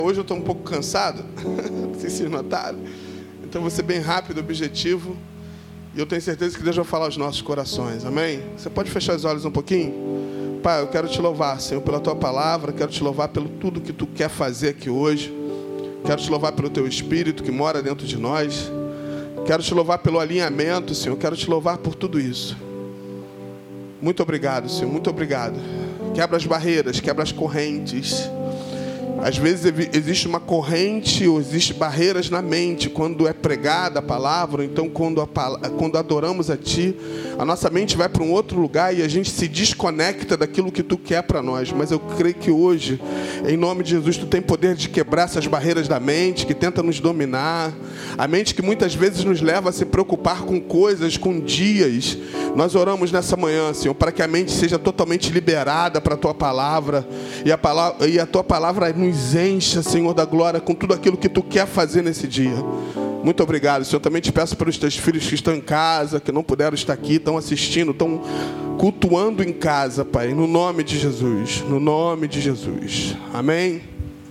Hoje eu estou um pouco cansado, não sei se vocês notaram, então vou ser bem rápido, objetivo, e eu tenho certeza que Deus vai falar aos nossos corações, amém? Você pode fechar os olhos um pouquinho? Pai, eu quero te louvar, Senhor, pela Tua palavra, quero te louvar pelo tudo que Tu quer fazer aqui hoje, quero te louvar pelo Teu Espírito que mora dentro de nós, quero te louvar pelo alinhamento, Senhor, quero te louvar por tudo isso. Muito obrigado, Senhor, muito obrigado. Quebra as barreiras, quebra as correntes. Às vezes existe uma corrente ou existe barreiras na mente quando é pregada a palavra. Então quando adoramos a Ti, a nossa mente vai para um outro lugar e a gente se desconecta daquilo que Tu quer para nós. Mas eu creio que hoje, em nome de Jesus, Tu tem poder de quebrar essas barreiras da mente que tenta nos dominar. A mente que muitas vezes nos leva a se preocupar com coisas, com dias. Nós oramos nessa manhã, Senhor, para que a mente seja totalmente liberada para a Tua palavra. E a Tua palavra nos encha, Senhor, da glória com tudo aquilo que Tu quer fazer nesse dia. Muito obrigado, Senhor. Também te peço pelos Teus filhos que estão em casa, que não puderam estar aqui, estão assistindo, estão cultuando em casa, Pai. No nome de Jesus. No nome de Jesus. Amém.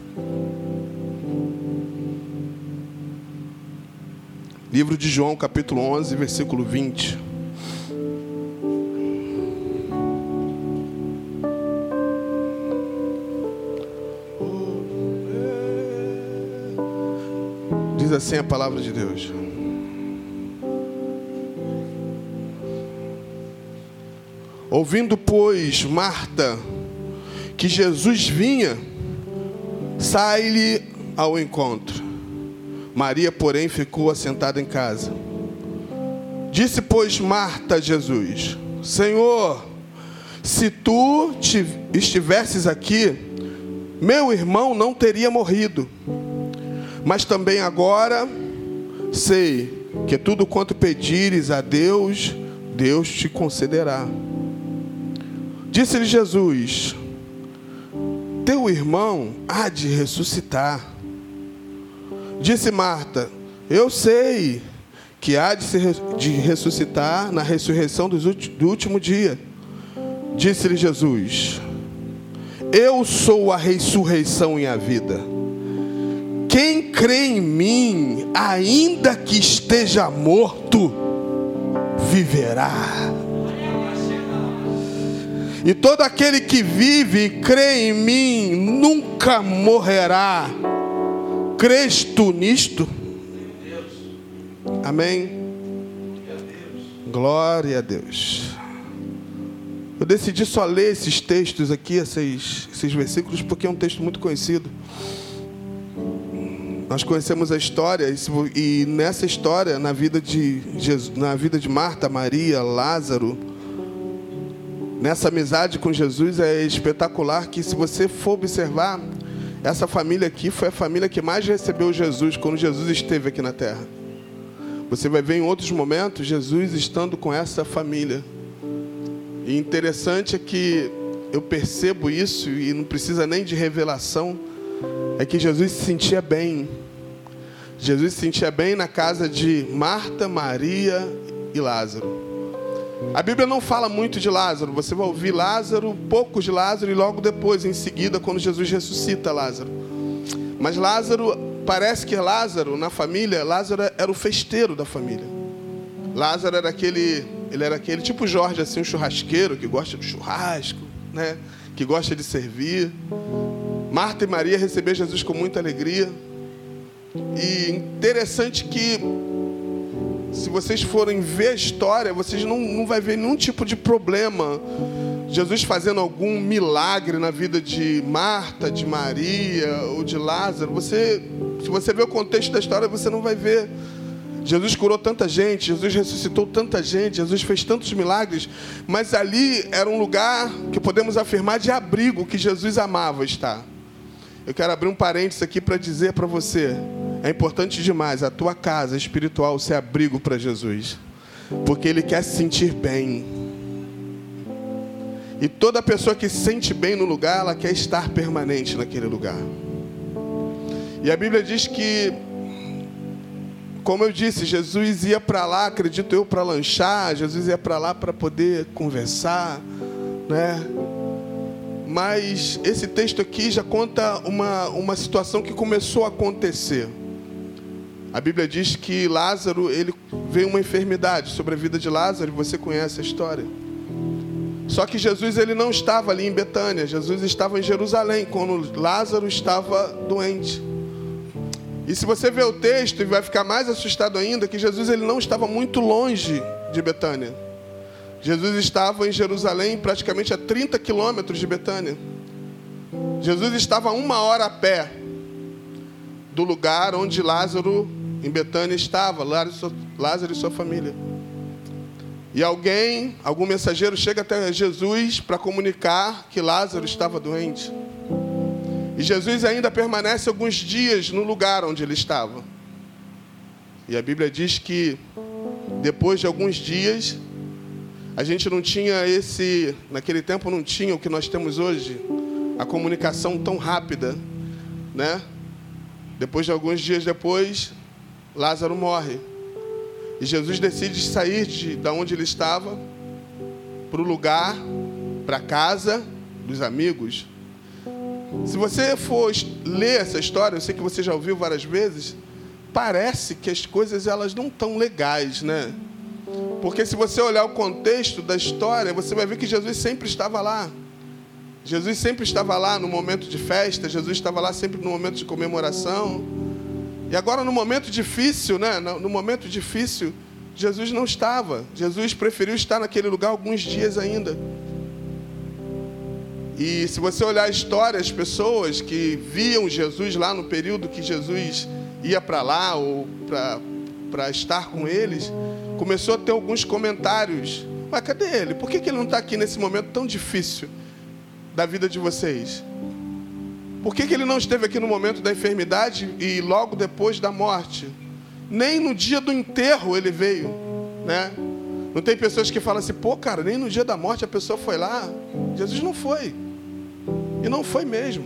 Livro de João, capítulo 11, versículo 20. Diz assim a palavra de Deus. Ouvindo, pois, Marta, que Jesus vinha, sai-lhe ao encontro. Maria, porém, ficou assentada em casa. Disse, pois, Marta a Jesus: Senhor, se Tu estivesses aqui, meu irmão não teria morrido. Mas também agora sei que tudo quanto pedires a Deus, Deus te concederá. Disse-lhe Jesus: teu irmão há de ressuscitar. Disse Marta: eu sei que há de ressuscitar na ressurreição do último dia. Disse-lhe Jesus: eu sou a ressurreição e a vida. Quem crê em mim, ainda que esteja morto, viverá. E todo aquele que vive e crê em mim, nunca morrerá. Crês tu nisto? Amém? Glória a Deus. Eu decidi só ler esses textos aqui, esses versículos, porque é um texto muito conhecido. Nós conhecemos a história, e nessa história, na vida de Jesus, na vida de Marta, Maria, Lázaro, nessa amizade com Jesus, é espetacular que, se você for observar, essa família aqui foi a família que mais recebeu Jesus quando Jesus esteve aqui na terra. Você vai ver em outros momentos Jesus estando com essa família. E interessante é que eu percebo isso, e não precisa nem de revelação, é que Jesus se sentia bem. Jesus se sentia bem na casa de Marta, Maria e Lázaro. A Bíblia não fala muito de Lázaro. Você vai ouvir Lázaro, pouco de Lázaro, e logo depois, em seguida, quando Jesus ressuscita Lázaro. Mas Lázaro, parece que Lázaro, na família, Lázaro era o festeiro da família. Lázaro era aquele tipo Jorge, assim, um churrasqueiro, que gosta de churrasco, né? Que gosta de servir. Marta e Maria receberam Jesus com muita alegria. E interessante que, se vocês forem ver a história, vocês não vão ver nenhum tipo de problema Jesus fazendo algum milagre na vida de Marta, de Maria ou de Lázaro. Se você ver o contexto da história, você não vai ver. Jesus curou tanta gente, Jesus ressuscitou tanta gente, Jesus fez tantos milagres, mas ali era um lugar que podemos afirmar de abrigo, que Jesus amava estar. Eu quero abrir um parênteses aqui para dizer para você: é importante demais a tua casa espiritual ser abrigo para Jesus, porque Ele quer se sentir bem. E toda pessoa que se sente bem no lugar, ela quer estar permanente naquele lugar. E a Bíblia diz que, como eu disse, Jesus ia para lá, acredito eu, para lanchar. Jesus ia para lá para poder conversar, né? Mas esse texto aqui já conta uma situação que começou a acontecer. A Bíblia diz que Lázaro, ele veio uma enfermidade sobre a vida de Lázaro, e você conhece a história. Só que Jesus, ele não estava ali em Betânia, Jesus estava em Jerusalém, quando Lázaro estava doente. E se você ver o texto, e vai ficar mais assustado ainda, que Jesus, ele não estava muito longe de Betânia. Jesus estava em Jerusalém, praticamente a 30 quilômetros de Betânia. Jesus estava a 1 hora a pé do lugar onde Lázaro, em Betânia, estava, Lázaro e sua família. E algum mensageiro chega até Jesus para comunicar que Lázaro estava doente. E Jesus ainda permanece alguns dias no lugar onde ele estava. E a Bíblia diz que depois de alguns dias, a gente não tinha naquele tempo não tinha o que nós temos hoje, a comunicação tão rápida, né? Depois de alguns dias depois, Lázaro morre. E Jesus decide sair da onde ele estava para o lugar, para a casa dos amigos. Se você for ler essa história, eu sei que você já ouviu várias vezes, parece que as coisas elas não estão legais, né? Porque se você olhar o contexto da história, você vai ver que Jesus sempre estava lá. Jesus sempre estava lá no momento de festa, Jesus estava lá sempre no momento de comemoração. E agora no momento difícil, né? No momento difícil, Jesus não estava. Jesus preferiu estar naquele lugar alguns dias ainda. E se você olhar a história, as pessoas que viam Jesus lá no período que Jesus ia para lá ou para estar com eles, começou a ter alguns comentários. Mas cadê ele? Por que ele não está aqui nesse momento tão difícil da vida de vocês? Por que ele não esteve aqui no momento da enfermidade e logo depois da morte? Nem no dia do enterro ele veio, né? Não tem pessoas que falam assim, pô, cara, nem no dia da morte a pessoa foi lá. Jesus não foi. E não foi mesmo.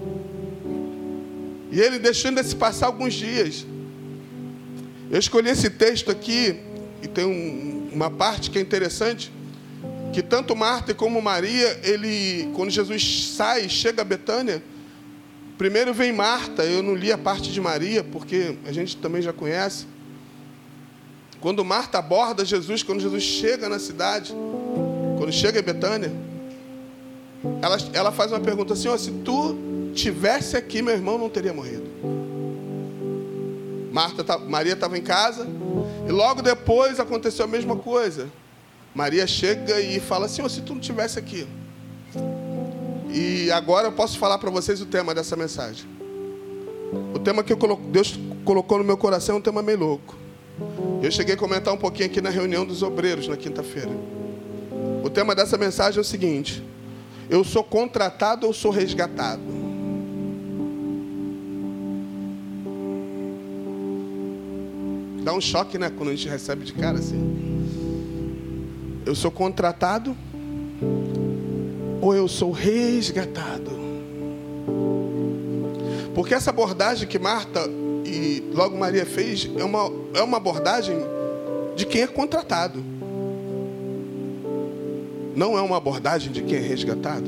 E ele deixou ainda se passar alguns dias. Eu escolhi esse texto aqui, e tem uma parte que é interessante, que tanto Marta como Maria, quando Jesus chega a Betânia, primeiro vem Marta. Eu não li a parte de Maria, porque a gente também já conhece. Quando Marta aborda Jesus, quando Jesus chega na cidade, quando chega em Betânia, ela faz uma pergunta assim, se tu tivesse aqui, meu irmão não teria morrido. Maria estava em casa, e logo depois aconteceu a mesma coisa. Maria chega e fala assim, se tu não estivesse aqui. E agora eu posso falar para vocês o tema dessa mensagem. O tema que Deus colocou no meu coração é um tema meio louco. Eu cheguei a comentar um pouquinho aqui na reunião dos obreiros na quinta-feira. O tema dessa mensagem é o seguinte: eu sou contratado ou sou resgatado? Dá um choque, né, quando a gente recebe de cara assim. Eu sou contratado ou eu sou resgatado? Porque essa abordagem que Marta e logo Maria fez é uma abordagem de quem é contratado. Não é uma abordagem de quem é resgatado.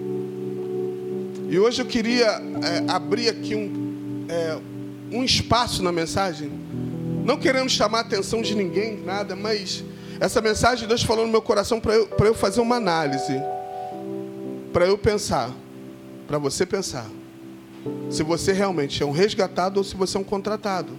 E hoje eu queria abrir aqui um espaço na mensagem, não querendo chamar a atenção de ninguém, nada, mas essa mensagem Deus falou no meu coração para eu fazer uma análise, para eu pensar, para você pensar, se você realmente é um resgatado ou se você é um contratado.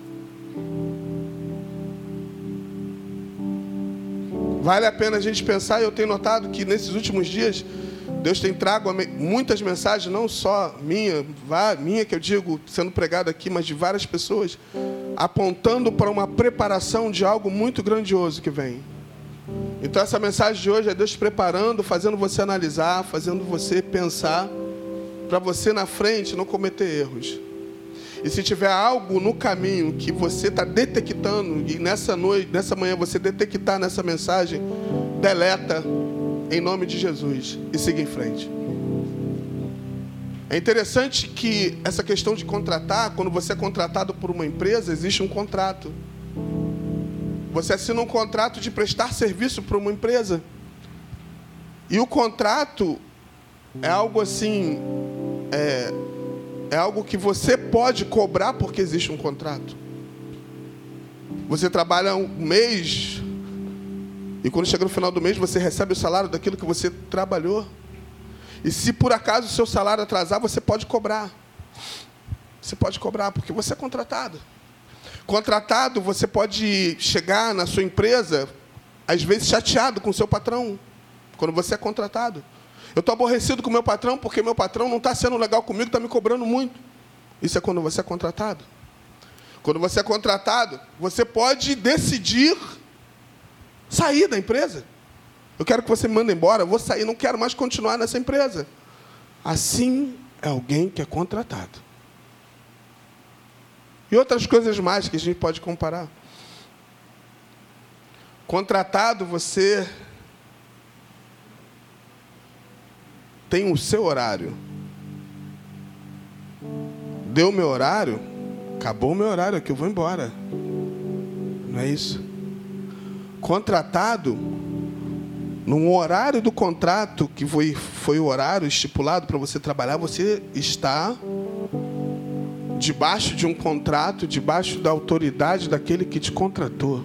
Vale a pena a gente pensar. Eu tenho notado que nesses últimos dias Deus tem trago muitas mensagens, não só minha que eu digo, sendo pregada aqui, mas de várias pessoas, apontando para uma preparação de algo muito grandioso que vem. Então essa mensagem de hoje é Deus preparando, fazendo você analisar, fazendo você pensar, para você na frente não cometer erros. E se tiver algo no caminho que você está detectando, e nessa manhã você detectar nessa mensagem, deleta em nome de Jesus e siga em frente. É interessante que essa questão de contratar, quando você é contratado por uma empresa, existe um contrato. Você assina um contrato de prestar serviço para uma empresa. E o contrato, é algo assim, é algo que você pode cobrar porque existe um contrato. Você trabalha um mês e quando chega no final do mês você recebe o salário daquilo que você trabalhou. E se por acaso o seu salário atrasar, você pode cobrar. Você pode cobrar porque você é contratado. Contratado, você pode chegar na sua empresa, às vezes chateado com o seu patrão, quando você é contratado. Eu estou aborrecido com o meu patrão porque meu patrão não está sendo legal comigo, está me cobrando muito. Isso é quando você é contratado. Quando você é contratado, você pode decidir sair da empresa. Eu quero que você me mande embora, eu vou sair, não quero mais continuar nessa empresa. Assim é alguém que é contratado. E outras coisas mais que a gente pode comparar. Contratado, você tem o seu horário. Deu meu horário, acabou o meu horário aqui, eu vou embora. Não é isso? Contratado, no horário do contrato, que foi o horário estipulado para você trabalhar, você está debaixo de um contrato, debaixo da autoridade daquele que te contratou.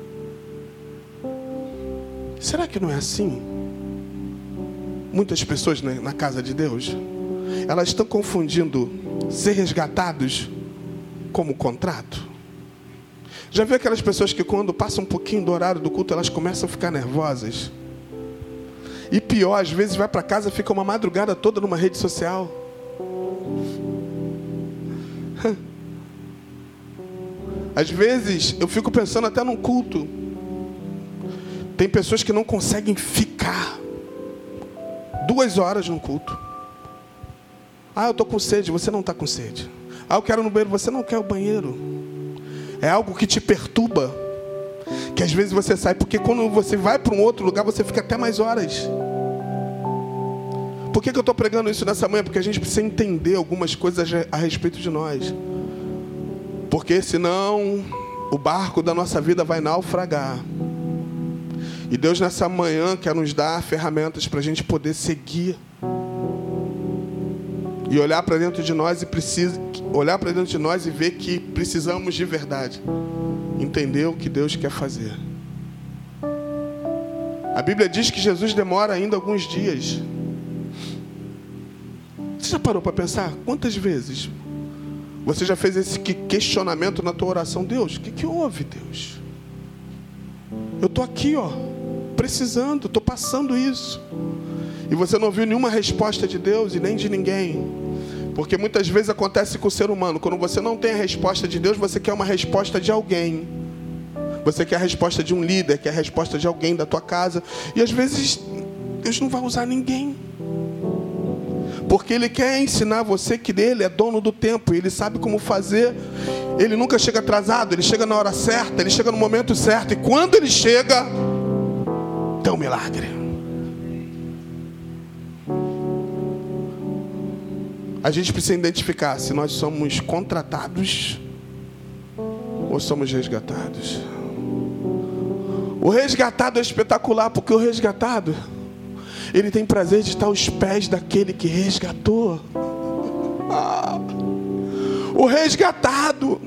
Será que não é assim? Muitas pessoas na casa de Deus, elas estão confundindo ser resgatados como contrato. Já viu aquelas pessoas que quando passa um pouquinho do horário do culto, elas começam a ficar nervosas? E pior, às vezes vai para casa e fica uma madrugada toda numa rede social. Às vezes eu fico pensando até num culto. Tem pessoas que não conseguem ficar 2 horas no culto. Ah, eu estou com sede, você não está com sede. Ah, eu quero ir no banheiro, você não quer o banheiro. É algo que te perturba, que às vezes você sai, porque quando você vai para um outro lugar, você fica até mais horas. Por que eu estou pregando isso nessa manhã? Porque a gente precisa entender algumas coisas a respeito de nós. Porque senão o barco da nossa vida vai naufragar. E Deus nessa manhã quer nos dar ferramentas para a gente poder seguir. E olhar para dentro de nós e ver que precisamos de verdade. Entender o que Deus quer fazer. A Bíblia diz que Jesus demora ainda alguns dias. Você já parou para pensar? Quantas vezes você já fez esse questionamento na tua oração? Deus, o que houve, Deus? Eu estou aqui, precisando, estou passando isso. E você não viu nenhuma resposta de Deus e nem de ninguém. Porque muitas vezes acontece com o ser humano. Quando você não tem a resposta de Deus, você quer uma resposta de alguém. Você quer a resposta de um líder, quer a resposta de alguém da tua casa. E às vezes Deus não vai usar ninguém. Porque Ele quer ensinar você que Ele é dono do tempo. Ele sabe como fazer. Ele nunca chega atrasado. Ele chega na hora certa. Ele chega no momento certo. E quando Ele chega, tem um milagre. A gente precisa identificar se nós somos contratados ou somos resgatados. O resgatado é espetacular, porque o resgatado, ele tem prazer de estar aos pés daquele que resgatou. O resgatado,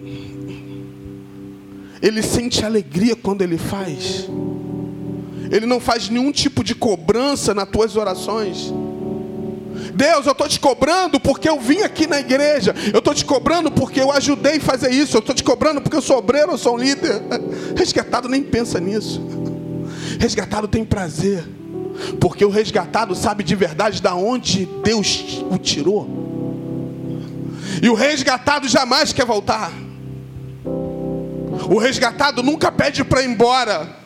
ele sente alegria quando ele faz. Ele não faz nenhum tipo de cobrança nas tuas orações. Deus, eu estou te cobrando porque eu vim aqui na igreja. Eu estou te cobrando porque eu ajudei a fazer isso. Eu estou te cobrando porque eu sou obreiro, eu sou um líder. Resgatado nem pensa nisso. Resgatado tem prazer, porque o resgatado sabe de verdade de onde Deus o tirou. E o resgatado jamais quer voltar. O resgatado nunca pede para ir embora.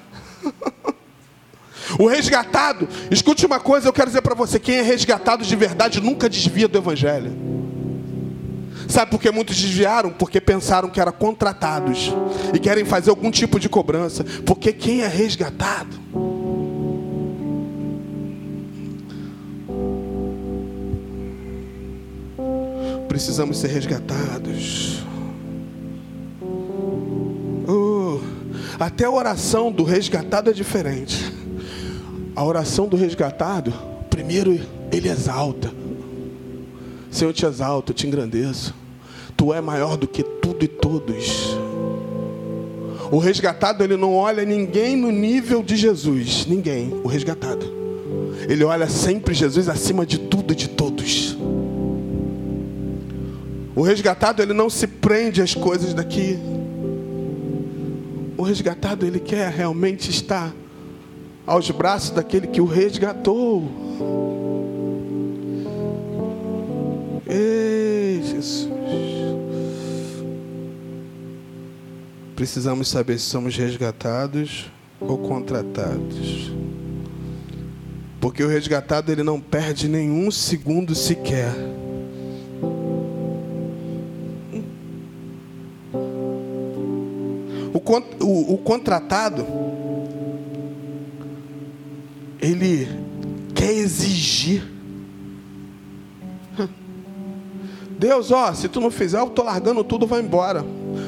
O resgatado, escute uma coisa, eu quero dizer para você, quem é resgatado de verdade nunca desvia do evangelho. Sabe por que muitos desviaram? Porque pensaram que eram contratados e querem fazer algum tipo de cobrança. Porque quem é resgatado, precisamos ser resgatados. Até a oração do resgatado é diferente. A oração do resgatado, primeiro Ele exalta. Senhor, eu te exalto, eu te engrandeço. Tu é maior do que tudo e todos. O resgatado, ele não olha ninguém no nível de Jesus. Ninguém, o resgatado. Ele olha sempre Jesus acima de tudo e de todos. O resgatado, ele não se prende às coisas daqui. O resgatado, ele quer realmente estar aos braços daquele que o resgatou. Ei, Jesus. Precisamos saber se somos resgatados ou contratados. Porque o resgatado, ele não perde nenhum segundo sequer. O contratado, ele quer exigir. Deus, ó, se tu não fizer, eu tô largando tudo, vai embora.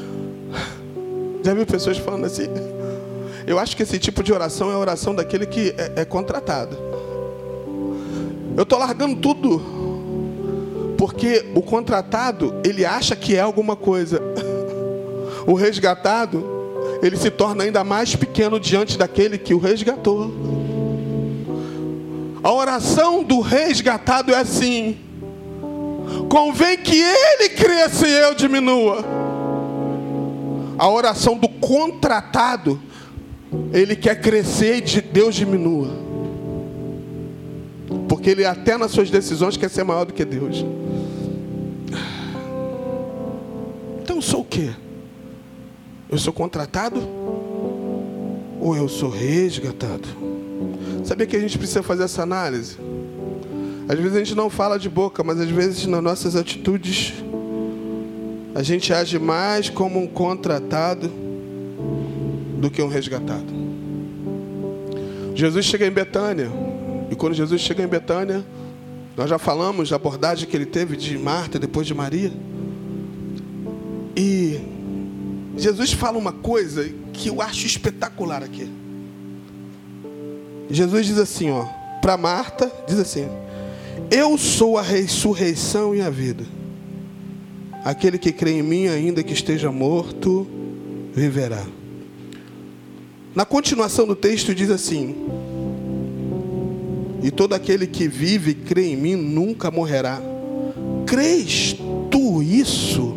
Já viu pessoas falando assim? Eu acho que esse tipo de oração é a oração daquele que é contratado. Eu tô largando tudo. Porque o contratado, ele acha que é alguma coisa. O resgatado, ele se torna ainda mais pequeno diante daquele que o resgatou. A oração do resgatado é assim: convém que ele cresça e eu diminua. A oração do contratado, ele quer crescer e Deus diminua. Porque ele até nas suas decisões quer ser maior do que Deus. Então eu sou o quê? Eu sou contratado? Ou eu sou resgatado? Sabia que a gente precisa fazer essa análise? Às vezes a gente não fala de boca, mas às vezes nas nossas atitudes a gente age mais como um contratado do que um resgatado. Jesus chega em Betânia. E quando Jesus chega em Betânia, nós já falamos da abordagem que ele teve de Marta depois de Maria. E Jesus fala uma coisa que eu acho espetacular aqui. Jesus diz assim, ó, para Marta, diz assim: eu sou a ressurreição e a vida. Aquele que crê em mim, ainda que esteja morto, viverá. Na continuação do texto diz assim: e todo aquele que vive e crê em mim nunca morrerá. Crês tu isso?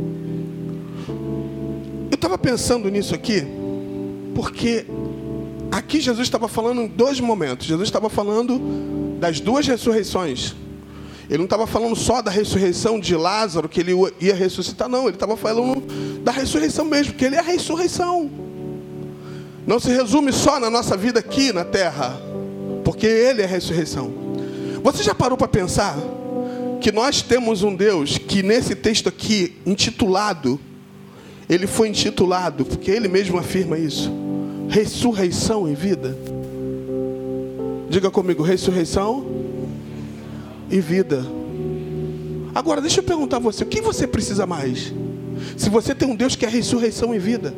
Eu estava pensando nisso aqui, porque aqui Jesus estava falando em dois momentos. Jesus estava falando das duas ressurreições. Ele não estava falando só da ressurreição de Lázaro, que ele ia ressuscitar, não. Ele estava falando da ressurreição mesmo, porque ele é a ressurreição. Não se resume só na nossa vida aqui na terra, porque ele é a ressurreição. Você já parou para pensar que nós temos um Deus que nesse texto aqui, intitulado, ele foi intitulado, porque ele mesmo afirma isso, ressurreição e vida? Diga comigo, ressurreição e vida. Agora deixa eu perguntar a você, o que você precisa mais? Se você tem um Deus que é ressurreição e vida.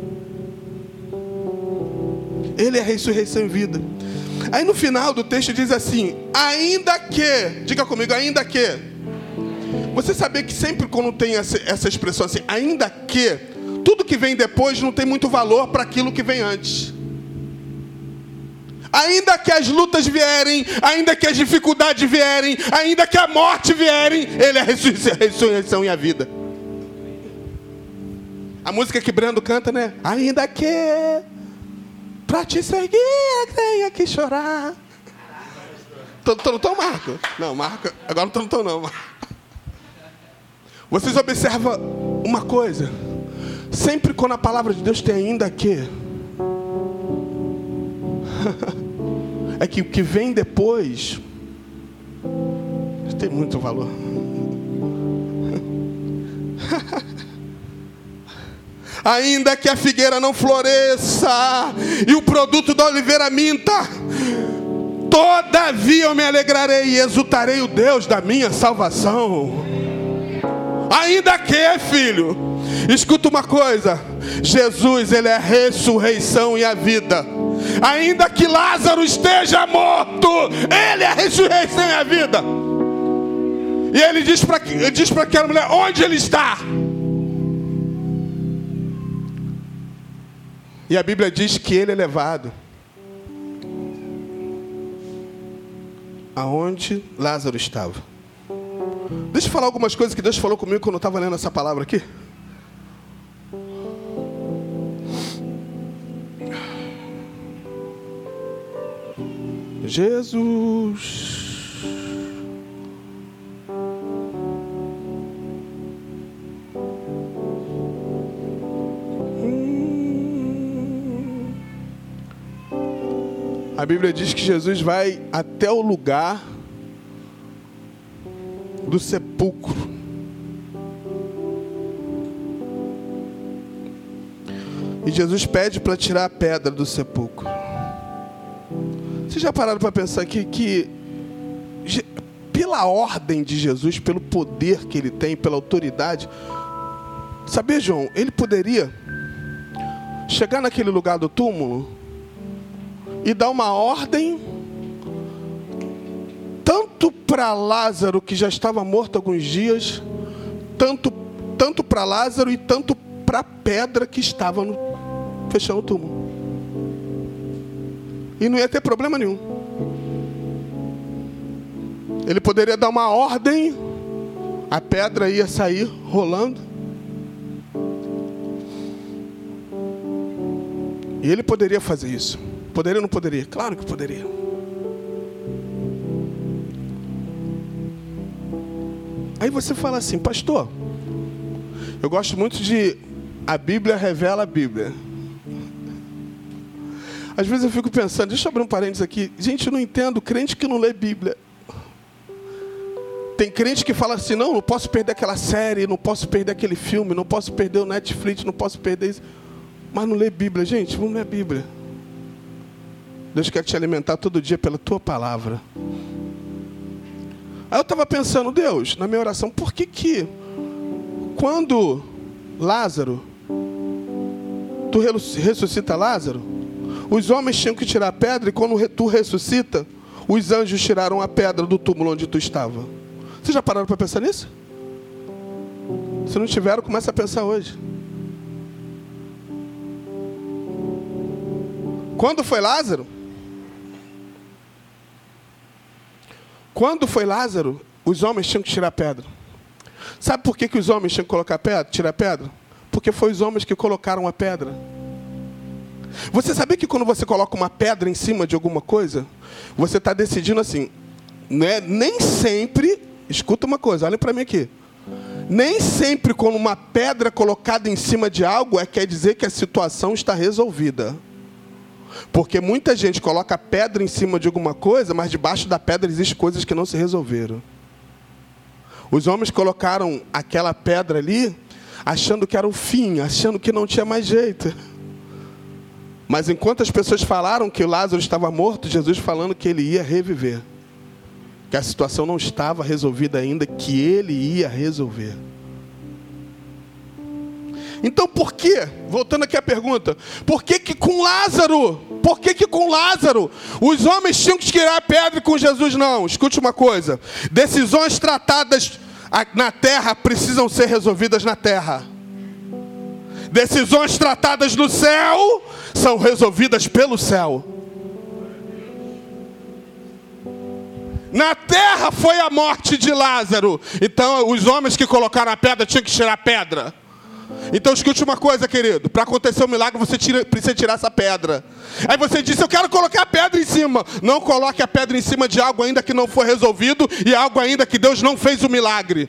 Ele é ressurreição e vida. Aí no final do texto diz assim: ainda que, diga comigo, ainda que. Você sabia que sempre quando tem essa expressão assim, ainda que, tudo que vem depois não tem muito valor para aquilo que vem antes. Ainda que as lutas vierem, ainda que as dificuldades vierem, ainda que a morte vierem, ele é a ressurreição e a vida. A música que Brando canta, né? Ainda que pra te seguir tenha que chorar. Tô no tom, Marco? Não, Marco, agora não tô no tom não. Vocês observam uma coisa. Sempre quando a palavra de Deus tem ainda que, é que o que vem depois tem muito valor. Ainda que a figueira não floresça e o produto da oliveira minta, todavia eu me alegrarei e exultarei o Deus da minha salvação. Ainda que, filho, escuta uma coisa: Jesus, ele é a ressurreição e a vida. Ainda que Lázaro esteja morto, Ele é a ressurreição e a vida. E Ele diz para aquela mulher: onde ele está? E a Bíblia diz que Ele é levado aonde Lázaro estava. Deixa eu falar algumas coisas que Deus falou comigo quando eu estava lendo essa palavra aqui. Jesus. A Bíblia diz que Jesus vai até o lugar do sepulcro. E Jesus pede para tirar a pedra do sepulcro. Vocês já pararam para pensar que pela ordem de Jesus, pelo poder que Ele tem, pela autoridade, sabia, João, Ele poderia chegar naquele lugar do túmulo e dar uma ordem tanto para Lázaro, que já estava morto há alguns dias, tanto para Lázaro e tanto para a pedra que estava fechando o túmulo. E não ia ter problema nenhum. Ele poderia dar uma ordem, a pedra ia sair rolando. E Ele poderia fazer isso. Poderia ou não poderia? Claro que poderia. Aí você fala assim: pastor, eu gosto muito de a Bíblia revela a Bíblia. Às vezes eu fico pensando, deixa eu abrir um parênteses aqui. Gente, eu não entendo crente que não lê Bíblia. Tem crente que fala assim: não posso perder aquela série, não posso perder aquele filme, não posso perder o Netflix, não posso perder isso. Mas não lê Bíblia. Gente, vamos ler a Bíblia. Deus quer te alimentar todo dia pela tua palavra. Aí eu estava pensando: Deus, na minha oração, por que quando Lázaro, tu ressuscita Lázaro, os homens tinham que tirar a pedra, e quando tu ressuscita, os anjos tiraram a pedra do túmulo onde tu estava? Vocês já pararam para pensar nisso? Se não tiveram, começa a pensar hoje. Quando foi Lázaro? Quando foi Lázaro, os homens tinham que tirar a pedra. Sabe por que os homens tinham que colocar pedra, tirar a pedra? Porque foi os homens que colocaram a pedra. Você sabia que quando você coloca uma pedra em cima de alguma coisa, você está decidindo assim, né? Nem sempre, escuta uma coisa, olha para mim aqui. Nem sempre quando uma pedra é colocada em cima de algo, quer dizer que a situação está resolvida. Porque muita gente coloca pedra em cima de alguma coisa, mas debaixo da pedra existem coisas que não se resolveram. Os homens colocaram aquela pedra ali, achando que era o fim, achando que não tinha mais jeito. Mas enquanto as pessoas falaram que Lázaro estava morto, Jesus falando que ele ia reviver. Que a situação não estava resolvida ainda, que ele ia resolver. Então por quê? Voltando aqui à pergunta. Por que com Lázaro? Por que com Lázaro os homens tinham que tirar a pedra e com Jesus não? Escute uma coisa. Decisões tratadas na terra precisam ser resolvidas na terra. Decisões tratadas no céu são resolvidas pelo céu. Na terra foi a morte de Lázaro. Então os homens que colocaram a pedra tinham que tirar a pedra. Então escute uma coisa, querido. Para acontecer um milagre, você precisa tirar essa pedra. Aí você diz: eu quero colocar a pedra em cima. Não coloque a pedra em cima de algo ainda que não foi resolvido e algo ainda que Deus não fez o milagre.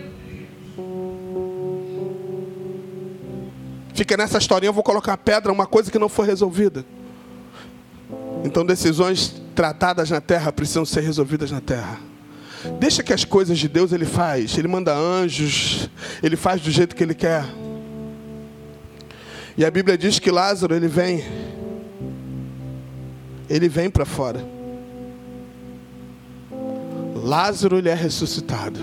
Fica nessa historinha: eu vou colocar a pedra, uma coisa que não foi resolvida. Então decisões tratadas na terra precisam ser resolvidas na terra. Deixa que as coisas de Deus Ele faz. Ele manda anjos, Ele faz do jeito que Ele quer. E a Bíblia diz que Lázaro, ele vem para fora. Lázaro, ele é ressuscitado.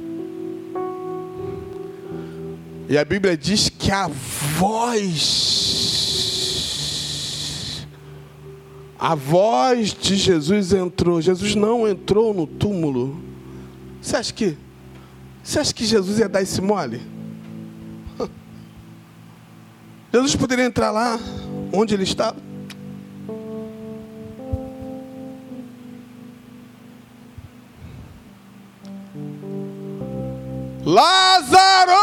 E a Bíblia diz que a voz A voz de Jesus entrou. Jesus não entrou no túmulo. Você acha que Jesus ia dar esse mole? Jesus poderia entrar lá onde ele estava. Lázaro!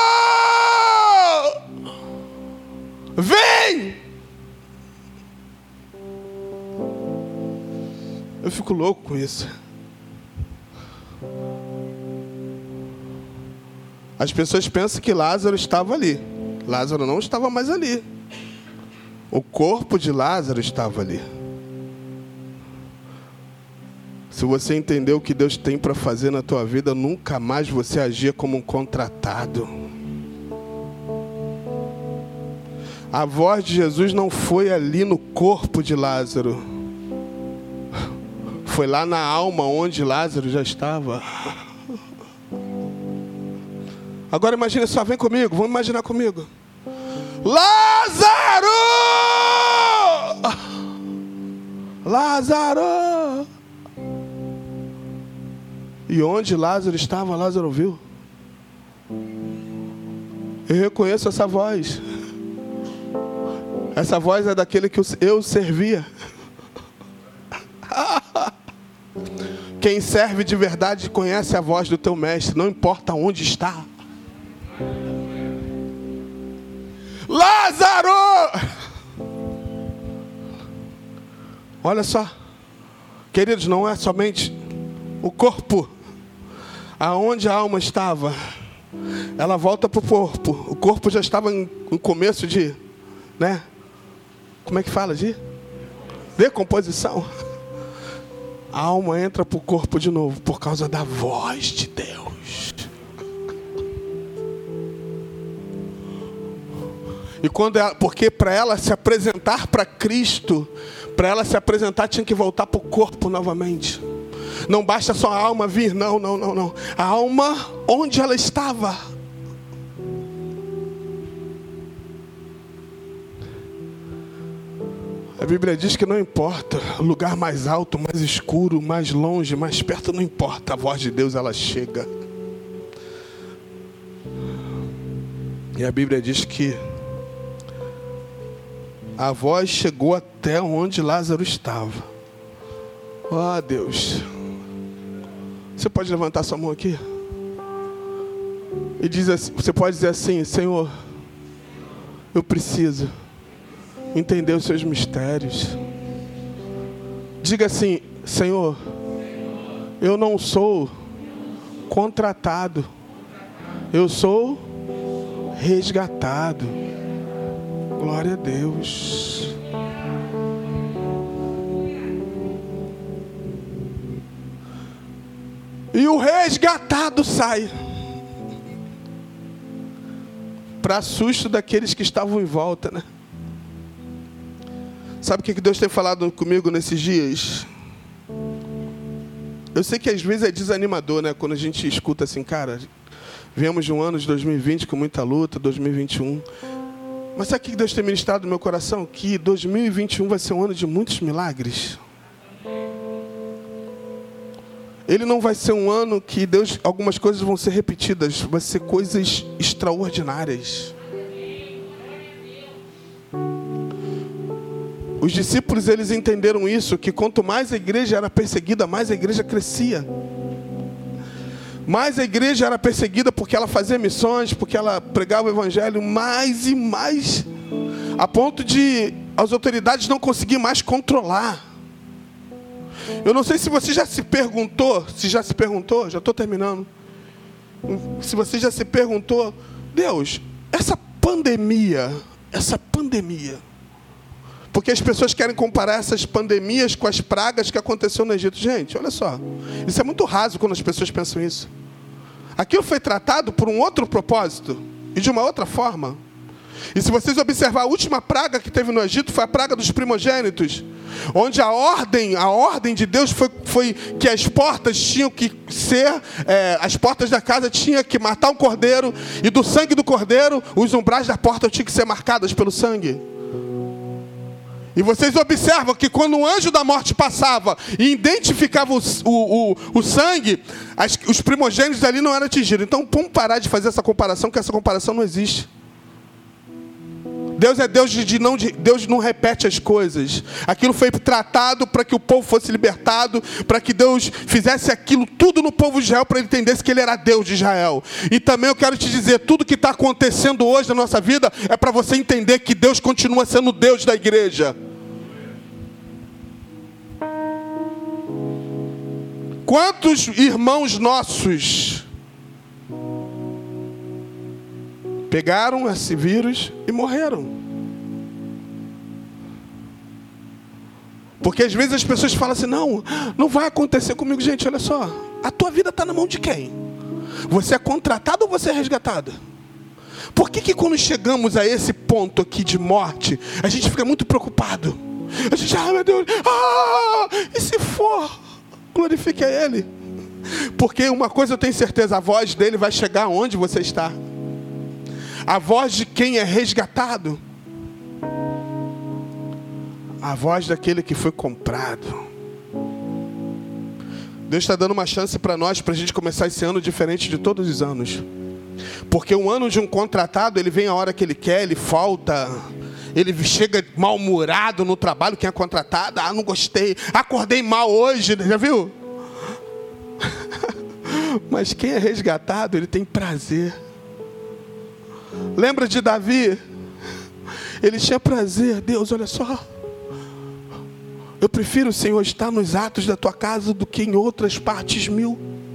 Vem! Eu fico louco com isso. As pessoas pensam que Lázaro estava ali. Lázaro não estava mais ali. O corpo de Lázaro estava ali. Se você entender o que Deus tem para fazer na tua vida, nunca mais você agir como um contratado. A voz de Jesus não foi ali no corpo de Lázaro. Foi lá na alma onde Lázaro já estava. Agora imagine só, vem comigo, vamos imaginar comigo. Lázaro! Lázaro! E onde Lázaro estava, Lázaro ouviu. Eu reconheço essa voz. Essa voz é daquele que eu servia. Quem serve de verdade conhece a voz do teu mestre, não importa onde está. Lázaro! Olha só, queridos, não é somente o corpo, aonde a alma estava, ela volta para o corpo. O corpo já estava em começo de, né? Como é que fala? De decomposição. A alma entra para o corpo de novo por causa da voz de Deus. E porque para ela se apresentar para Cristo, para ela se apresentar tinha que voltar para o corpo novamente. Não basta só a alma vir, não. A alma, onde ela estava. A Bíblia diz que não importa, lugar mais alto, mais escuro, mais longe, mais perto, não importa. A voz de Deus, ela chega. E a Bíblia diz que a voz chegou até onde Lázaro estava. Oh, Deus. Você pode levantar sua mão aqui? E diz assim, você pode dizer assim: Senhor, eu preciso entender os seus mistérios. Diga assim: Senhor, eu não sou contratado, eu sou resgatado. Glória a Deus. E o resgatado sai, para susto daqueles que estavam em volta, né? Sabe o que Deus tem falado comigo nesses dias? Eu sei que às vezes é desanimador, né? Quando a gente escuta assim, cara, viemos de um ano de 2020 com muita luta, 2021. Mas sabe o que Deus tem ministrado no meu coração? Que 2021 vai ser um ano de muitos milagres. Ele não vai ser um ano que algumas coisas vão ser repetidas, vai ser coisas extraordinárias. Os discípulos, eles entenderam isso, que quanto mais a igreja era perseguida, mais a igreja crescia. Mais a igreja era perseguida porque ela fazia missões, porque ela pregava o evangelho, mais e mais, a ponto de as autoridades não conseguirem mais controlar. Eu não sei se você já se perguntou, já estou terminando. Se você já se perguntou, Deus, essa pandemia, porque as pessoas querem comparar essas pandemias com as pragas que aconteceram no Egito. Gente, olha só, isso é muito raso quando as pessoas pensam isso. Aquilo foi tratado por um outro propósito e de uma outra forma. E se vocês observar, a última praga que teve no Egito foi a praga dos primogênitos, onde a ordem de Deus foi que as portas tinham que ser, as portas da casa tinham que matar um cordeiro, e do sangue do cordeiro, os umbrais da porta tinham que ser marcados pelo sangue. E vocês observam que quando o anjo da morte passava e identificava o sangue, os primogênitos ali não eram atingidos. Então vamos parar de fazer essa comparação, que essa comparação não existe. Deus é Deus Deus não repete as coisas. Aquilo foi tratado para que o povo fosse libertado, para que Deus fizesse aquilo tudo no povo de Israel, para ele entendesse que ele era Deus de Israel. E também eu quero te dizer, tudo que está acontecendo hoje na nossa vida é para você entender que Deus continua sendo Deus da igreja. Quantos irmãos nossos pegaram esse vírus e morreram? Porque às vezes as pessoas falam assim, não vai acontecer comigo. Gente, olha só, a tua vida está na mão de quem? Você é contratado ou você é resgatado? Por que quando chegamos a esse ponto aqui de morte, a gente fica muito preocupado? A gente, meu Deus, e se for? Glorifique a Ele. Porque uma coisa eu tenho certeza, a voz dele vai chegar onde você está. A voz de quem é resgatado. A voz daquele que foi comprado. Deus está dando uma chance para nós, para a gente começar esse ano diferente de todos os anos. Porque o ano de um contratado, ele vem a hora que ele quer, ele falta. Ele chega mal-humorado no trabalho, quem é contratado, não gostei, acordei mal hoje, já viu? Mas quem é resgatado, ele tem prazer. Lembra de Davi? Ele tinha prazer. Deus, olha só, eu prefiro, Senhor, estar nos atos da tua casa do que em outras partes 1000.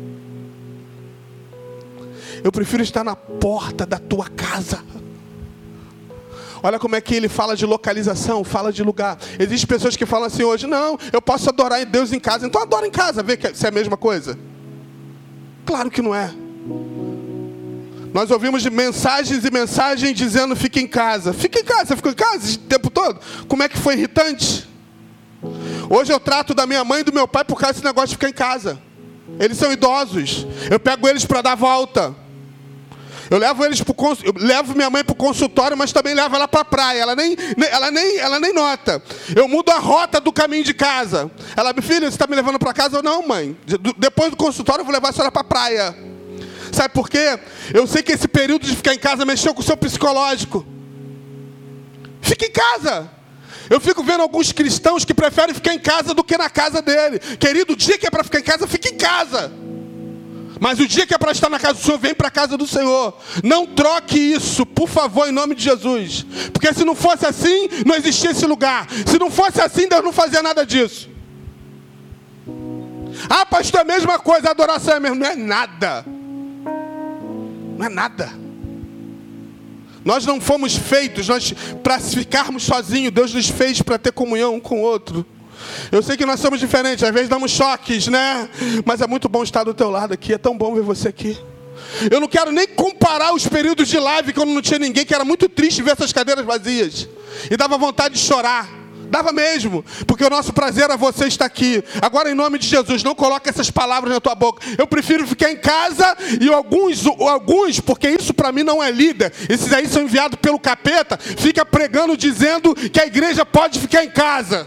Eu prefiro estar na porta da tua casa. Olha como é que ele fala de localização, fala de lugar. Existem pessoas que falam assim hoje, não, eu posso adorar Deus em casa. Então adora em casa, vê se é a mesma coisa. Claro que não é. Nós ouvimos de mensagens e mensagens dizendo, fica em casa. Fica em casa, você ficou em casa o tempo todo? Como é que foi irritante? Hoje eu trato da minha mãe e do meu pai por causa desse negócio de ficar em casa. Eles são idosos. Eu pego eles para dar volta. Eu levo minha mãe para o consultório, mas também levo ela para a praia. Ela nem nota. Eu mudo a rota do caminho de casa. Ela, filha, você está me levando para casa ou não, mãe? Depois do consultório eu vou levar a senhora para a praia. Sabe por quê? Eu sei que esse período de ficar em casa mexeu com o seu psicológico. Fique em casa. Eu fico vendo alguns cristãos que preferem ficar em casa do que na casa dele. Querido, o dia que é para ficar em casa, fique em casa. Mas o dia que é para estar na casa do Senhor, vem para a casa do Senhor. Não troque isso, por favor, em nome de Jesus. Porque se não fosse assim, não existia esse lugar. Se não fosse assim, Deus não fazia nada disso. Pastor, é a mesma coisa, a adoração é a mesma. Não é nada. Não é nada. Nós não fomos feitos para ficarmos sozinhos. Deus nos fez para ter comunhão um com o outro. Eu sei que nós somos diferentes, às vezes damos choques, né? Mas é muito bom estar do teu lado aqui, é tão bom ver você aqui. Eu não quero nem comparar os períodos de live quando não tinha ninguém, que era muito triste ver essas cadeiras vazias. E dava vontade de chorar. Dava mesmo, porque o nosso prazer é você estar aqui. Agora, em nome de Jesus, não coloque essas palavras na tua boca. Eu prefiro ficar em casa e alguns, porque isso para mim não é líder. Esses aí são enviados pelo capeta, fica pregando, dizendo que a igreja pode ficar em casa.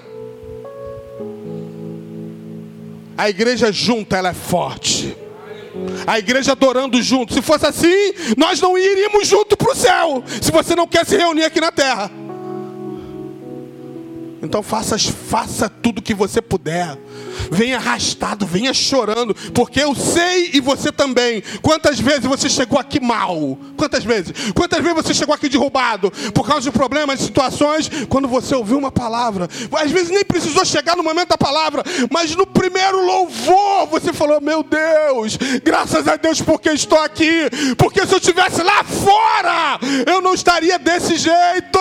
A igreja junta, ela é forte. A igreja adorando junto. Se fosse assim, nós não iríamos junto para o céu. Se você não quer se reunir aqui na terra. Então faça tudo que você puder. Venha arrastado, venha chorando. Porque eu sei e você também. Quantas vezes você chegou aqui mal? Quantas vezes? Quantas vezes você chegou aqui derrubado? Por causa de problemas, de situações. Quando você ouviu uma palavra. Às vezes nem precisou chegar no momento da palavra. Mas no primeiro louvor você falou, meu Deus, graças a Deus porque estou aqui. Porque se eu estivesse lá fora, eu não estaria desse jeito.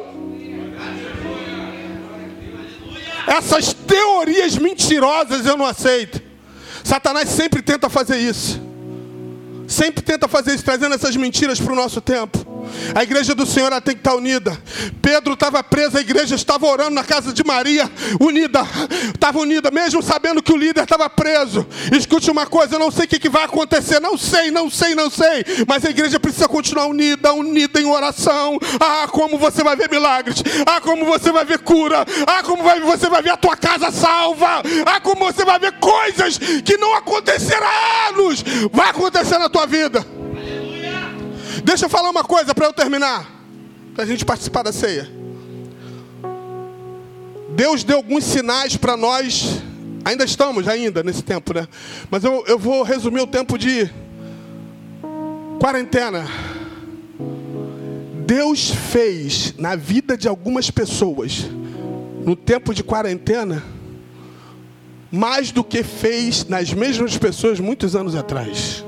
Essas teorias mentirosas eu não aceito. Satanás sempre tenta fazer isso. Sempre tenta fazer isso, trazendo essas mentiras para o nosso tempo. A igreja do Senhor ela tem que estar unida. Pedro estava preso, a igreja estava orando na casa de Maria, unida. Estava unida, mesmo sabendo que o líder estava preso. Escute uma coisa, eu não sei o que vai acontecer. Não sei. Mas a igreja precisa continuar unida em oração. Ah, como você vai ver milagres. Ah, como você vai ver cura. Ah, como você vai ver a tua casa salva. Ah, como você vai ver coisas que não aconteceram há anos. Vai acontecer na tua vida. Deixa eu falar uma coisa para eu terminar, para a gente participar da ceia. Deus deu alguns sinais para nós. Ainda estamos nesse tempo, né? Mas eu vou resumir o tempo de quarentena. Deus fez na vida de algumas pessoas, no tempo de quarentena, mais do que fez nas mesmas pessoas muitos anos atrás.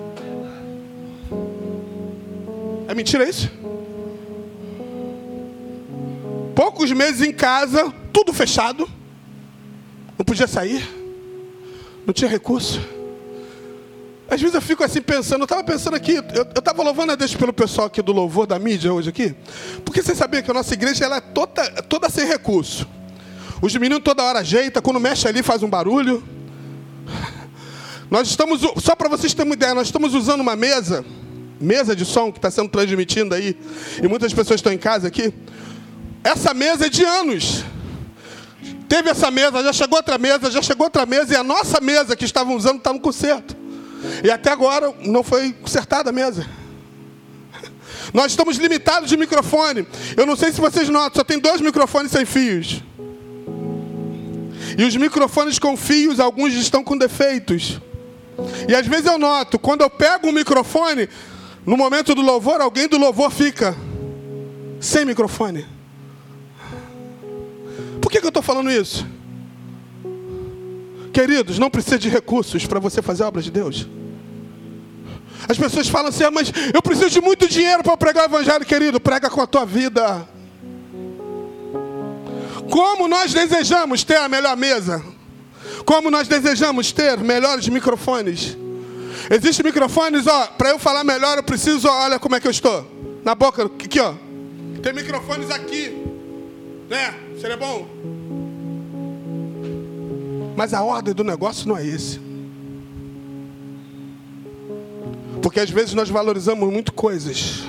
É mentira isso? Poucos meses em casa, tudo fechado. Não podia sair. Não tinha recurso. Às vezes eu fico assim pensando, eu estava pensando aqui, eu estava louvando a Deus pelo pessoal aqui do louvor da mídia hoje aqui. Porque você sabia que a nossa igreja ela é toda sem recurso. Os meninos toda hora ajeitam, quando mexe ali faz um barulho. Nós estamos, só para vocês terem uma ideia, nós estamos usando uma mesa de som que está sendo transmitindo aí, e muitas pessoas estão em casa aqui. Essa mesa é de anos. Teve essa mesa, já chegou outra mesa, e a nossa mesa que estavam usando está no conserto. E até agora não foi consertada a mesa. Nós estamos limitados de microfone. Eu não sei se vocês notam, só tem 2 microfones sem fios. E os microfones com fios, alguns estão com defeitos. E às vezes eu noto, quando eu pego um microfone, no momento do louvor, alguém do louvor fica sem microfone. Por que eu estou falando isso? Queridos, não precisa de recursos para você fazer a obra de Deus. As pessoas falam assim, mas eu preciso de muito dinheiro para pregar o evangelho. Querido, prega com a tua vida. Como nós desejamos ter a melhor mesa. Como nós desejamos ter melhores microfones. Existem microfones, para eu falar melhor eu preciso, olha como é que eu estou. Na boca, aqui tem microfones aqui, né? Seria bom? Mas a ordem do negócio não é esse. Porque às vezes nós valorizamos muito coisas.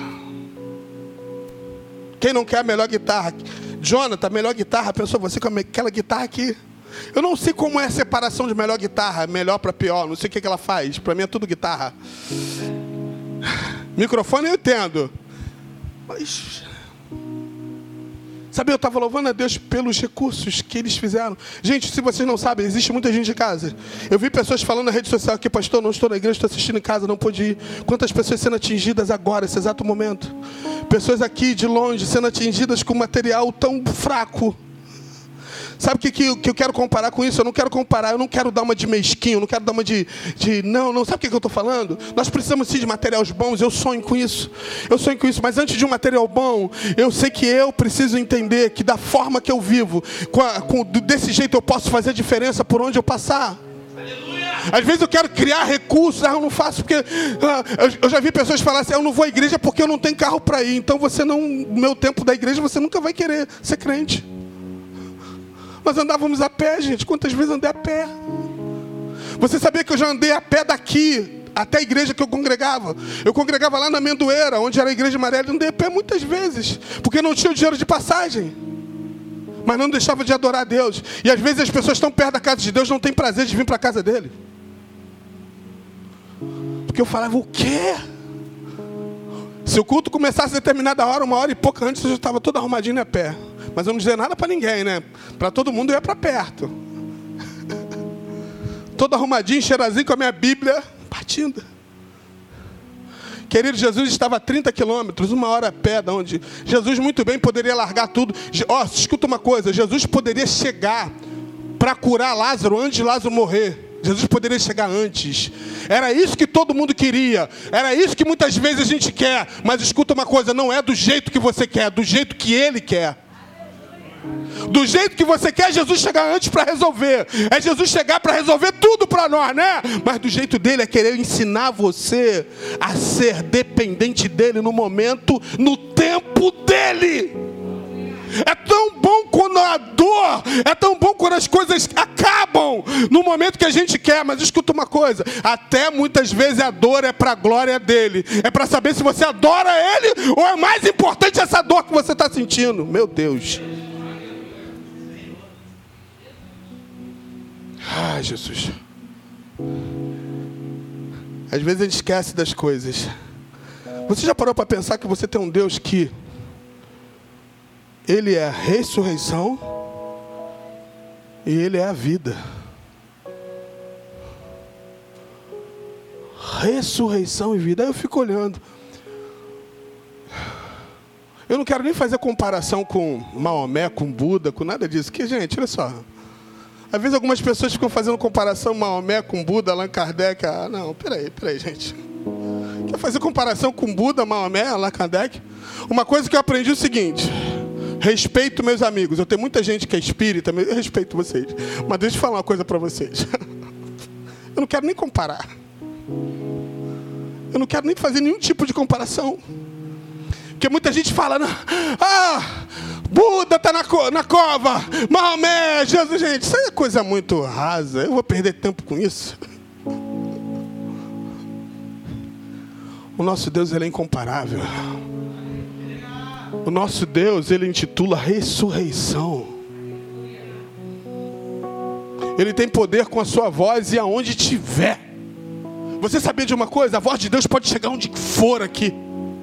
Quem não quer a melhor guitarra? Jonathan, a melhor guitarra, pensou você com aquela guitarra aqui. Eu não sei como é a separação de melhor guitarra, melhor para pior, não sei o que ela faz. Para mim é tudo guitarra. Microfone eu entendo. Mas, sabe, eu estava louvando a Deus pelos recursos que eles fizeram. Gente, se vocês não sabem, existe muita gente em casa. Eu vi pessoas falando na rede social aqui, pastor, não estou na igreja, estou assistindo em casa, não pude ir. Quantas pessoas sendo atingidas agora, nesse exato momento. Pessoas aqui de longe sendo atingidas com material tão fraco. Sabe o que eu quero comparar com isso? Eu não quero comparar, eu não quero dar uma de mesquinho, eu não quero dar uma de não, sabe o que eu estou falando? Nós precisamos sim de materiais bons, eu sonho com isso, mas antes de um material bom, eu sei que eu preciso entender que da forma que eu vivo, desse jeito eu posso fazer a diferença por onde eu passar. Às vezes eu quero criar recursos, eu não faço porque... eu já vi pessoas falar assim, eu não vou à igreja porque eu não tenho carro para ir, então você não, no meu tempo da igreja, você nunca vai querer ser crente. Nós andávamos a pé, gente. Quantas vezes andei a pé? Você sabia que eu já andei a pé daqui até a igreja que eu congregava? Eu congregava lá na Amendoeira, onde era a igreja Marielle. Eu andei a pé muitas vezes, porque não tinha o dinheiro de passagem. Mas não deixava de adorar a Deus. E às vezes as pessoas estão perto da casa de Deus, não têm prazer de vir para a casa dele. Porque eu falava, o quê? Se o culto começasse a determinada hora, 1 hora e pouco antes, eu já estava todo arrumadinho a pé. Mas eu não dizia nada para ninguém, né? Para todo mundo eu ia para perto. Todo arrumadinho, cheirosinho com a minha Bíblia, partindo. Querido, Jesus estava a 30 quilômetros, 1 hora a pé da onde... Jesus muito bem poderia largar tudo. Escuta uma coisa, Jesus poderia chegar para curar Lázaro antes de Lázaro morrer. Jesus poderia chegar antes. Era isso que todo mundo queria. Era isso que muitas vezes a gente quer. Mas escuta uma coisa, não é do jeito que você quer, é do jeito que Ele quer. Do jeito que você quer, Jesus chegar antes para resolver. É Jesus chegar para resolver tudo para nós, né? Mas do jeito dele é querer ensinar você a ser dependente dele no momento, no tempo dele. É tão bom quando a dor, é tão bom quando as coisas acabam no momento que a gente quer. Mas escuta uma coisa, até muitas vezes a dor é para a glória dele. É para saber se você adora ele ou é mais importante essa dor que você está sentindo. Meu Deus. Ai, Jesus. Às vezes a gente esquece das coisas. Você já parou para pensar que você tem um Deus que Ele é a ressurreição e Ele é a vida. Ressurreição e vida. Aí eu fico olhando. Eu não quero nem fazer comparação com Maomé, com Buda, com nada disso. Porque, gente, olha só. Às vezes algumas pessoas ficam fazendo comparação Maomé com Buda, Allan Kardec. Ah, não, peraí, gente. Quer fazer comparação com Buda, Maomé, Allan Kardec? Uma coisa que eu aprendi é o seguinte. Respeito meus amigos. Eu tenho muita gente que é espírita, eu respeito vocês. Mas deixa eu falar uma coisa para vocês. Eu não quero nem comparar. Eu não quero nem fazer nenhum tipo de comparação. Porque muita gente fala, Buda está na cova, Maomé, Jesus, gente, isso aí é coisa muito rasa. Eu vou perder tempo com isso. O nosso Deus, ele é incomparável. O nosso Deus, ele intitula ressurreição. Ele tem poder com a sua voz e aonde estiver. Você sabia de uma coisa? A voz de Deus pode chegar onde for aqui.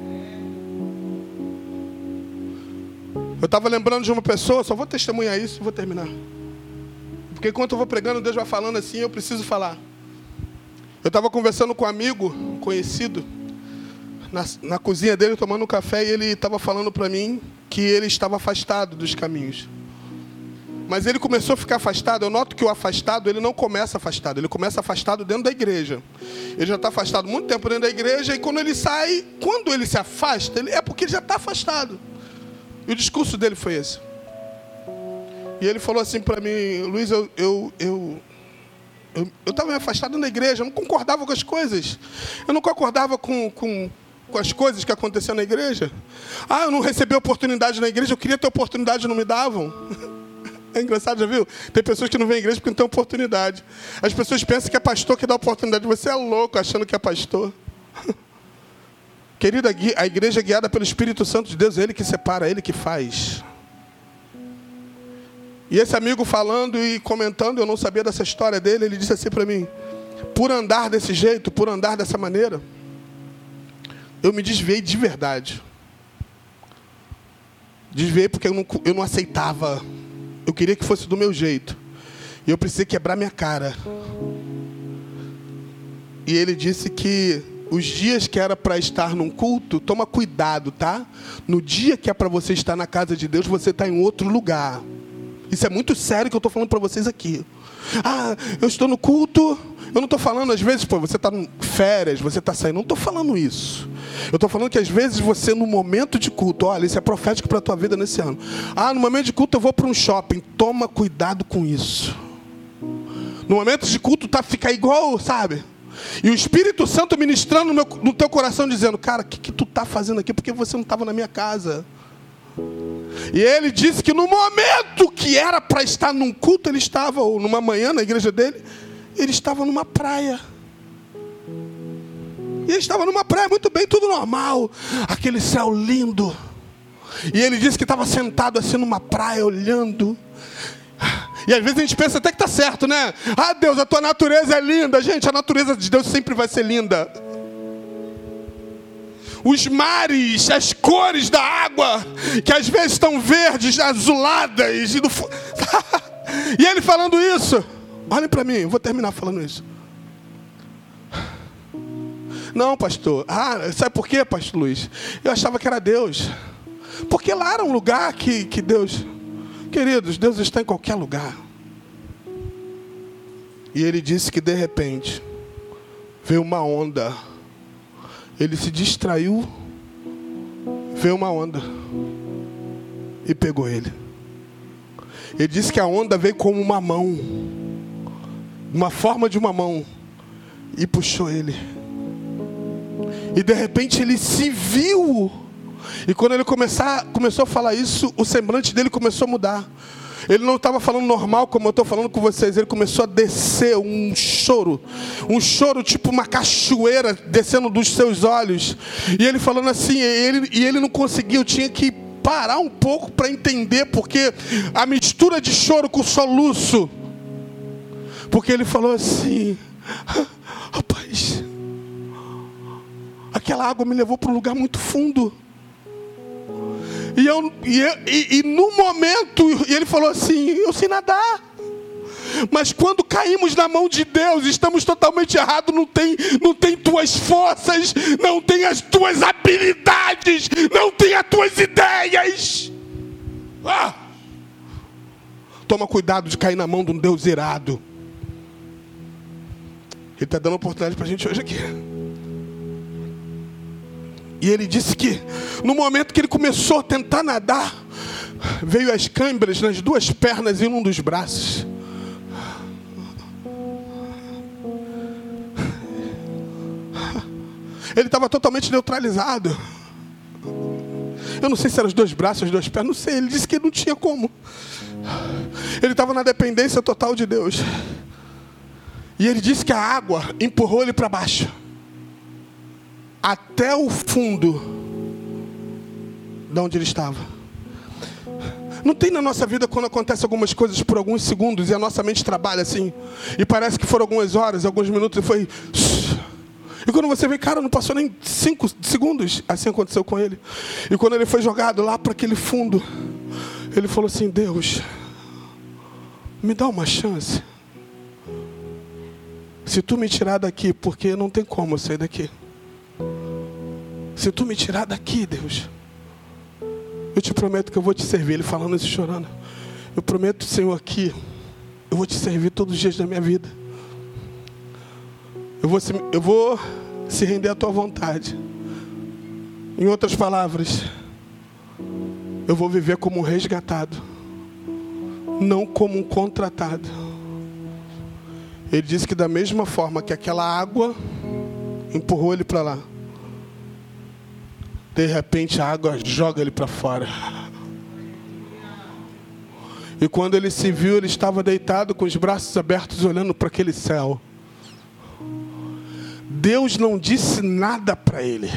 Eu estava lembrando de uma pessoa, só vou testemunhar isso e vou terminar. Porque enquanto eu vou pregando, Deus vai falando assim, eu preciso falar. Eu estava conversando com um amigo conhecido, na cozinha dele, tomando um café, e ele estava falando para mim que ele estava afastado dos caminhos. Mas ele começou a ficar afastado. Eu noto que o afastado, ele não começa afastado, ele começa afastado dentro da igreja. Ele já está afastado muito tempo dentro da igreja, e quando ele sai, quando ele se afasta, é porque ele já está afastado. E o discurso dele foi esse. E ele falou assim para mim, Luiz, eu estava me afastado da igreja, eu não concordava com as coisas. Eu não concordava com as coisas que aconteciam na igreja. Eu não recebi oportunidade na igreja, eu queria ter oportunidade e não me davam. É engraçado, já viu? Tem pessoas que não vêm à igreja porque não tem oportunidade. As pessoas pensam que é pastor que dá oportunidade. Você é louco achando que é pastor. Querida, a igreja é guiada pelo Espírito Santo de Deus, é Ele que separa, é Ele que faz. E esse amigo falando e comentando, eu não sabia dessa história dele, ele disse assim para mim, por andar desse jeito, por andar dessa maneira, eu me desviei de verdade. Desviei porque eu não aceitava, eu queria que fosse do meu jeito. E eu precisei quebrar minha cara. E ele disse que os dias que era para estar num culto, toma cuidado, tá? No dia que é para você estar na casa de Deus, você está em outro lugar. Isso é muito sério que eu estou falando para vocês aqui. Eu estou no culto. Eu não estou falando, às vezes, você está em férias, você está saindo. Não estou falando isso. Eu estou falando que às vezes você, no momento de culto, olha, isso é profético para a tua vida nesse ano. No momento de culto eu vou para um shopping. Toma cuidado com isso. No momento de culto fica igual, sabe? E o Espírito Santo ministrando no teu coração, dizendo, cara, o que tu está fazendo aqui? Porque você não estava na minha casa. E ele disse que no momento que era para estar num culto, ele estava, ou numa manhã na igreja dele, ele estava numa praia. E ele estava numa praia, muito bem, tudo normal. Aquele céu lindo. E ele disse que estava sentado assim numa praia, olhando. E às vezes a gente pensa até que está certo, né? Deus, a tua natureza é linda. Gente, a natureza de Deus sempre vai ser linda. Os mares, as cores da água, que às vezes estão verdes, azuladas. E ele falando isso. Olhem para mim, eu vou terminar falando isso. Não, pastor. Sabe por quê, pastor Luiz? Eu achava que era Deus. Porque lá era um lugar que Deus... Queridos, Deus está em qualquer lugar. E ele disse que de repente veio uma onda. Ele se distraiu, veio uma onda e pegou ele. Ele disse que a onda veio como uma mão, uma forma de uma mão, e puxou ele. E de repente ele se viu. E quando ele começou a falar isso, o semblante dele começou a mudar. Ele não estava falando normal como eu estou falando com vocês. Ele começou a descer um choro tipo uma cachoeira descendo dos seus olhos. E ele falando assim, ele não conseguia, eu tinha que parar um pouco para entender, porque a mistura de choro com soluço. Porque ele falou assim, rapaz, aquela água me levou para um lugar muito fundo. E no momento, ele falou assim, eu sei nadar. Mas quando caímos na mão de Deus, estamos totalmente errados. Não tem tuas forças, não tem as tuas habilidades, não tem as tuas ideias. Toma cuidado de cair na mão de um Deus irado. Ele está dando oportunidade para a gente hoje aqui. E ele disse que no momento que ele começou a tentar nadar, veio as câimbras nas duas pernas e num dos braços. Ele estava totalmente neutralizado. Eu não sei se eram os dois braços, as duas pernas, não sei. Ele disse que não tinha como. Ele estava na dependência total de Deus. E ele disse que a água empurrou ele para baixo, até o fundo de onde ele estava. Não tem na nossa vida quando acontece algumas coisas por alguns segundos e a nossa mente trabalha assim, e parece que foram algumas horas, alguns minutos, e foi... E quando você vê, cara, não passou nem 5 segundos. Assim aconteceu com ele. E quando ele foi jogado lá para aquele fundo, ele falou assim, Deus, me dá uma chance. Se tu me tirar daqui, porque não tem como eu sair daqui. Se tu me tirar daqui, Deus, eu te prometo que eu vou te servir. Ele falando isso, chorando. Eu prometo, Senhor, aqui, eu vou te servir todos os dias da minha vida. Eu vou se render à tua vontade. Em outras palavras, eu vou viver como um resgatado, não como um contratado. Ele disse que da mesma forma que aquela água empurrou ele para lá, de repente a água joga ele para fora. E quando ele se viu, ele estava deitado com os braços abertos, olhando para aquele céu. Deus não disse nada para ele.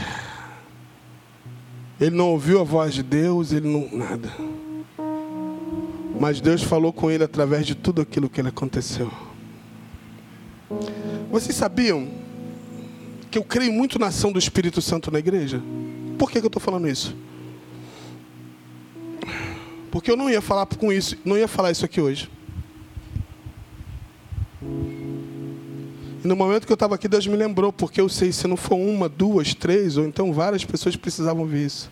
Ele não ouviu a voz de Deus, ele não nada. Mas Deus falou com ele através de tudo aquilo que aconteceu. Vocês sabiam que eu creio muito na ação do Espírito Santo na igreja? Por que eu estou falando isso? Porque eu não ia falar com isso, não ia falar isso aqui hoje. E no momento que eu estava aqui, Deus me lembrou, porque eu sei, se não for 1, 2, 3, ou então várias pessoas precisavam ver isso.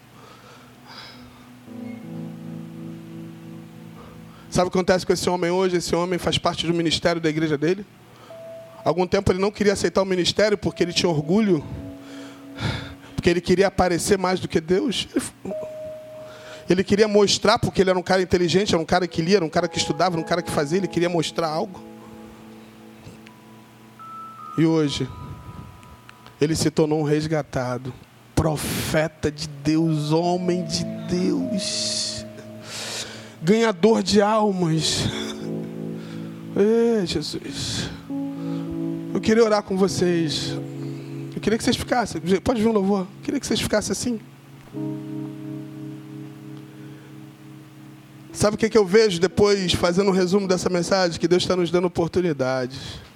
Sabe o que acontece com esse homem hoje? Esse homem faz parte do ministério da igreja dele. Algum tempo ele não queria aceitar o ministério porque ele tinha orgulho, porque ele queria aparecer mais do que Deus. Ele queria mostrar, porque ele era um cara inteligente, era um cara que lia, era um cara que estudava, era um cara que fazia, ele queria mostrar algo. E hoje, ele se tornou um resgatado, profeta de Deus, homem de Deus, ganhador de almas. Ei, Jesus. Eu queria orar com vocês. Eu queria que vocês ficassem. Pode vir um louvor. Eu queria que vocês ficassem assim. Sabe o que eu vejo depois, fazendo um resumo dessa mensagem? Que Deus está nos dando oportunidades.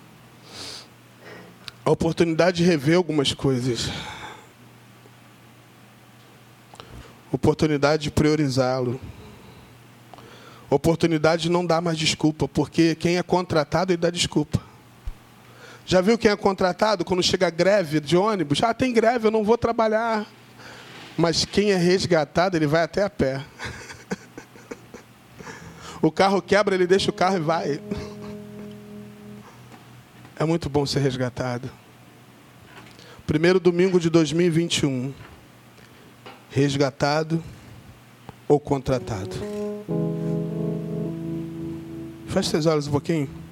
A oportunidade de rever algumas coisas. Oportunidade de priorizá-lo. Oportunidade de não dar mais desculpa, porque quem é contratado, ele dá desculpa. Já viu quem é contratado quando chega a greve de ônibus? Tem greve, eu não vou trabalhar. Mas quem é resgatado, ele vai até a pé. O carro quebra, ele deixa o carro e vai. É muito bom ser resgatado. Primeiro domingo de 2021. Resgatado ou contratado? Feche seus olhos um pouquinho.